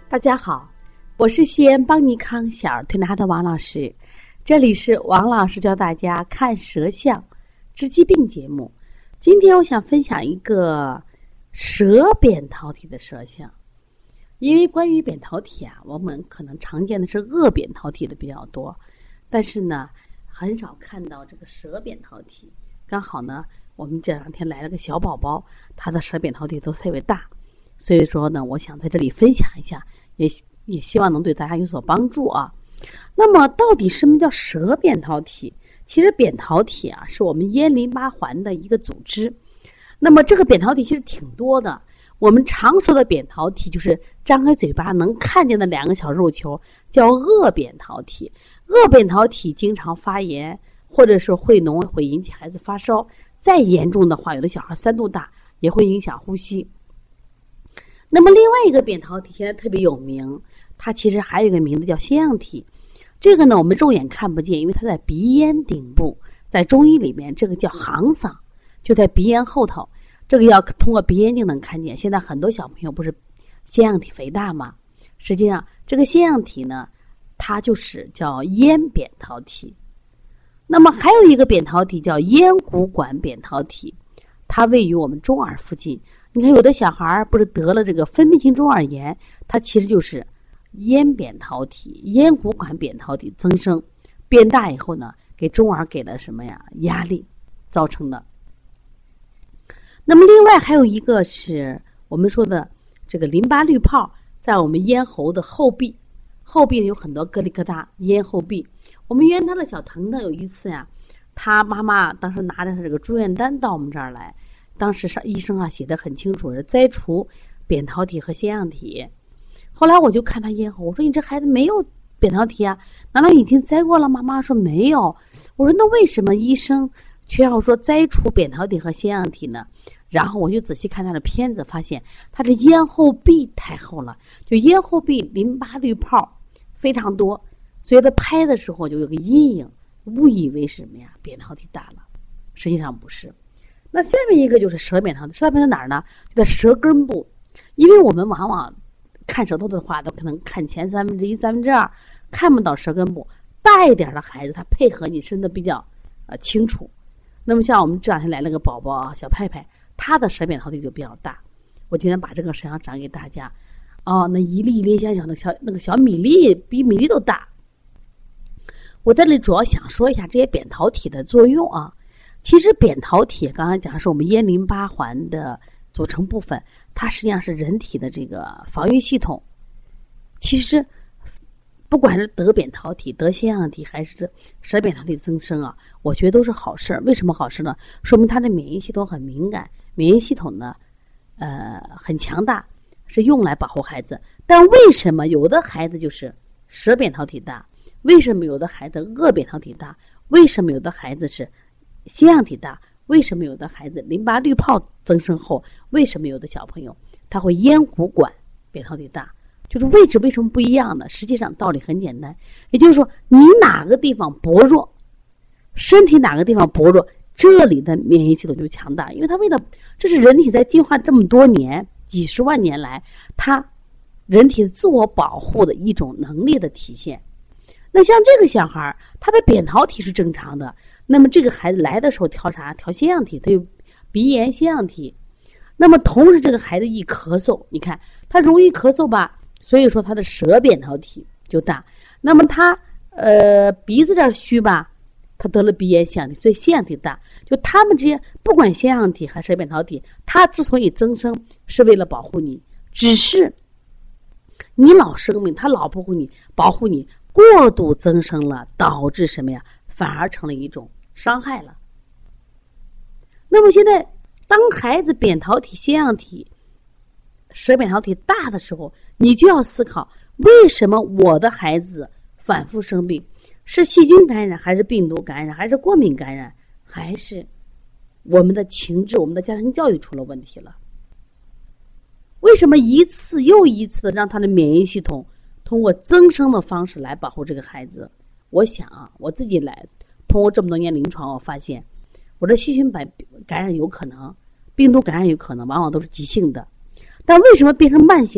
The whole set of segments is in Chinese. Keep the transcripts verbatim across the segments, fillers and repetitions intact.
大家好，我是西安邦尼康小儿推拿的王老师，这里是王老师教大家看舌象治疾病节目。今天我想分享一个舌扁桃体的舌象。因为关于扁桃体啊，我们可能常见的是腭扁桃体的比较多，但是呢很少看到这个舌扁桃体。刚好呢我们这两天来了个小宝宝，他的舌扁桃体都特别大，所以说呢我想在这里分享一下，也也希望能对大家有所帮助啊。那么到底什么叫舌扁桃体？其实扁桃体啊是我们咽淋巴环的一个组织。那么这个扁桃体其实挺多的，我们常说的扁桃体就是张开嘴巴能看见的两个小肉球，叫腭扁桃体。腭扁桃体经常发炎，或者是会脓，会引起孩子发烧，再严重的话有的小孩三度大也会影响呼吸。那么另外一个扁桃体现在特别有名，它其实还有一个名字叫腺样体。这个呢我们肉眼看不见，因为它在鼻咽顶部，在中医里面这个叫行嗓，就在鼻咽后头，这个要通过鼻咽镜能看见。现在很多小朋友不是腺样体肥大吗？实际上这个腺样体呢它就是叫咽扁桃体。那么还有一个扁桃体叫咽鼓管扁桃体，它位于我们中耳附近。你看有的小孩不是得了这个分泌性中耳炎，它其实就是咽扁桃体、咽鼓管扁桃体增生变大以后呢，给中耳给了什么呀？压力造成的。那么另外还有一个是我们说的这个淋巴滤泡，在我们咽喉的后壁，后壁有很多疙璃疙瘩，咽后壁。我们原来的小腾腾有一次呀，他妈妈当时拿着他这个住院单到我们这儿来，当时上医生啊写得很清楚，是摘除扁桃体和腺样体。后来我就看他咽喉，我说你这孩子没有扁桃体啊，难道已经摘过了吗？妈妈说没有。我说那为什么医生却要说摘除扁桃体和腺样体呢？然后我就仔细看他的片子，发现他的咽后壁太厚了，就咽后壁淋巴滤泡非常多，所以他拍的时候就有个阴影，误以为是什么呀？扁桃体大了，实际上不是。那下面一个就是舌扁桃体，舌扁桃体哪儿呢？就在舌根部。因为我们往往看舌头的话都可能看前三分之一三分之二，看不到舌根部。大一点的孩子他配合你伸得比较呃清楚。那么像我们这两天来了个宝宝啊，小派派，他的舌扁桃体就比较大。我今天把这个舌象讲给大家。哦，那一粒一粒想想那小那个小米粒比米粒都大。我在这里主要想说一下这些扁桃体的作用啊。其实扁桃体刚才讲是我们咽淋巴环的组成部分，它实际上是人体的这个防御系统。其实不管是得扁桃体、得腺样体还是舌扁桃体增生啊，我觉得都是好事。为什么好事呢？说明他的免疫系统很敏感，免疫系统呢呃很强大，是用来保护孩子。但为什么有的孩子就是舌扁桃体大？为什么有的孩子腭扁桃体大？为什么有的孩子是腺样体大？为什么有的孩子淋巴滤泡增生后，为什么有的小朋友他会咽鼓管扁桃体大？就是位置为什么不一样呢？实际上道理很简单，也就是说你哪个地方薄弱，身体哪个地方薄弱，这里的免疫系统就强大。因为它为了，这是人体在进化这么多年几十万年来它人体自我保护的一种能力的体现。那像这个小孩他的扁桃体是正常的，那么这个孩子来的时候调啥？调腺样体，他有鼻炎腺样体。那么同时这个孩子一咳嗽，你看他容易咳嗽吧，所以说他的舌扁桃体就大。那么他呃鼻子这儿虚吧，他得了鼻炎腺样体，所以腺样体大。就他们之间不管腺样体还是舌扁桃体，它之所以增生是为了保护你，只是你老生病，他老保护你保护你过度增生了，导致什么呀？反而成了一种伤害了。那么现在当孩子扁桃体、腺样体、舌扁桃体大的时候，你就要思考，为什么我的孩子反复生病？是细菌感染，还是病毒感染，还是过敏感染，还是我们的情志、我们的家庭教育出了问题了？为什么一次又一次的让他的免疫系统通过增生的方式来保护这个孩子？我想啊，我自己来通过这么多年临床，我发现我的细菌感染有可能，病毒感染有可能，往往都是急性的。但为什么变成慢性的？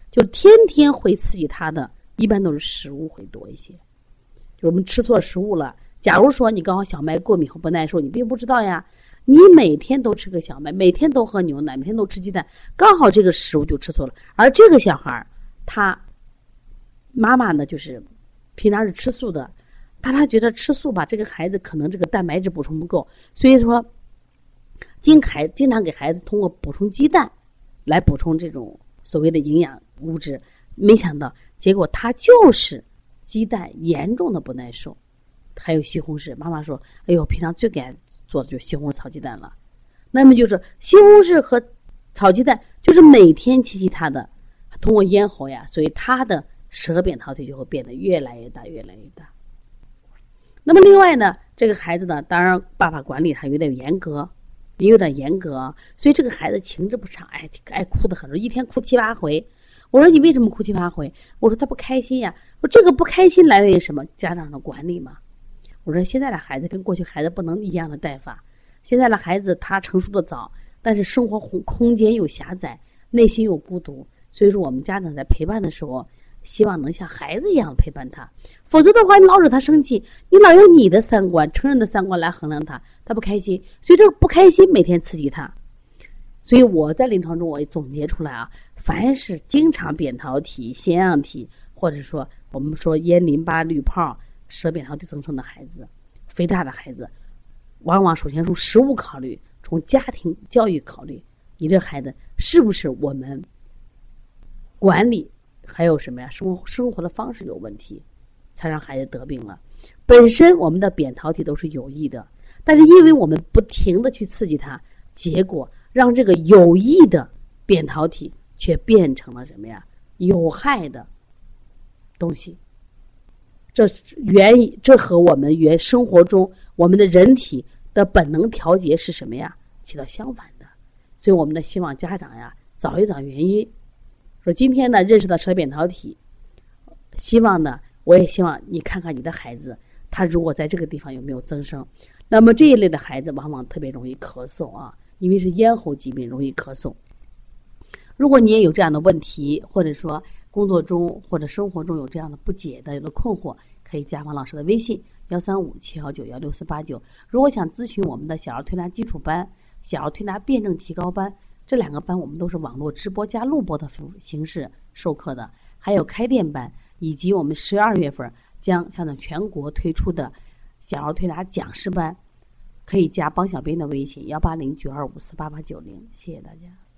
就天天会刺激他的，一般都是食物会多一些。就我们吃错食物了，假如说你刚好小麦过敏和不耐受，你并不知道呀。你每天都吃个小麦，每天都喝牛奶，每天都吃鸡蛋，刚好这个食物就吃错了。而这个小孩他妈妈呢，就是平常是吃素的，但他觉得吃素吧，这个孩子可能这个蛋白质补充不够，所以说经孩经常给孩子通过补充鸡蛋来补充这种所谓的营养物质，没想到结果他就是鸡蛋严重的不耐受。还有西红柿，妈妈说哎呦，平常最该做的就是西红柿炒鸡蛋了。那么就是西红柿和炒鸡蛋就是每天刺激他的，通过咽喉呀，所以他的舌扁桃体就会变得越来越大越来越大。那么另外呢，这个孩子呢，当然爸爸管理他有点严格，也有点严格，所以这个孩子情志不畅，哎，爱哭的很，一天哭七八回。我说你为什么哭七八回？我说他不开心呀。我说这个不开心来源于什么？家长的管理嘛。我说现在的孩子跟过去孩子不能一样的带法，现在的孩子他成熟的早，但是生活空间又狭窄，内心又孤独，所以说我们家长在陪伴的时候，希望能像孩子一样陪伴他，否则的话你老惹他生气，你老用你的三观成人的三观来衡量他，他不开心，所以这个不开心每天刺激他。所以我在临床中我也总结出来啊，凡是经常扁桃体、腺样体，或者说我们说咽淋巴滤泡、舌扁桃体增生的孩子，肥大的孩子，往往首先从食物考虑，从家庭教育考虑，你这孩子是不是我们管理还有什么呀？生活生活的方式有问题，才让孩子得病了。本身我们的扁桃体都是有益的，但是因为我们不停的去刺激它，结果让这个有益的扁桃体却变成了什么呀？有害的东西。这原这和我们原生活中我们的人体的本能调节是什么呀？起到相反的。所以我们呢，希望家长呀找一找原因。说今天呢认识到舌扁桃体，希望呢我也希望你看看你的孩子，他如果在这个地方有没有增生。那么这一类的孩子往往特别容易咳嗽啊，因为是咽喉疾病容易咳嗽。如果你也有这样的问题，或者说工作中或者生活中有这样的不解的有的困惑，可以加王老师的微信幺三五七幺九幺六四八九。如果想咨询我们的小儿推拿基础班、小儿推拿辩证提高班，这两个班我们都是网络直播加录播的形式授课的，还有开店班，以及我们十二月份将向全国推出的小儿推拿讲师班，可以加帮小编的微信幺八零九二五四八八九零。谢谢大家。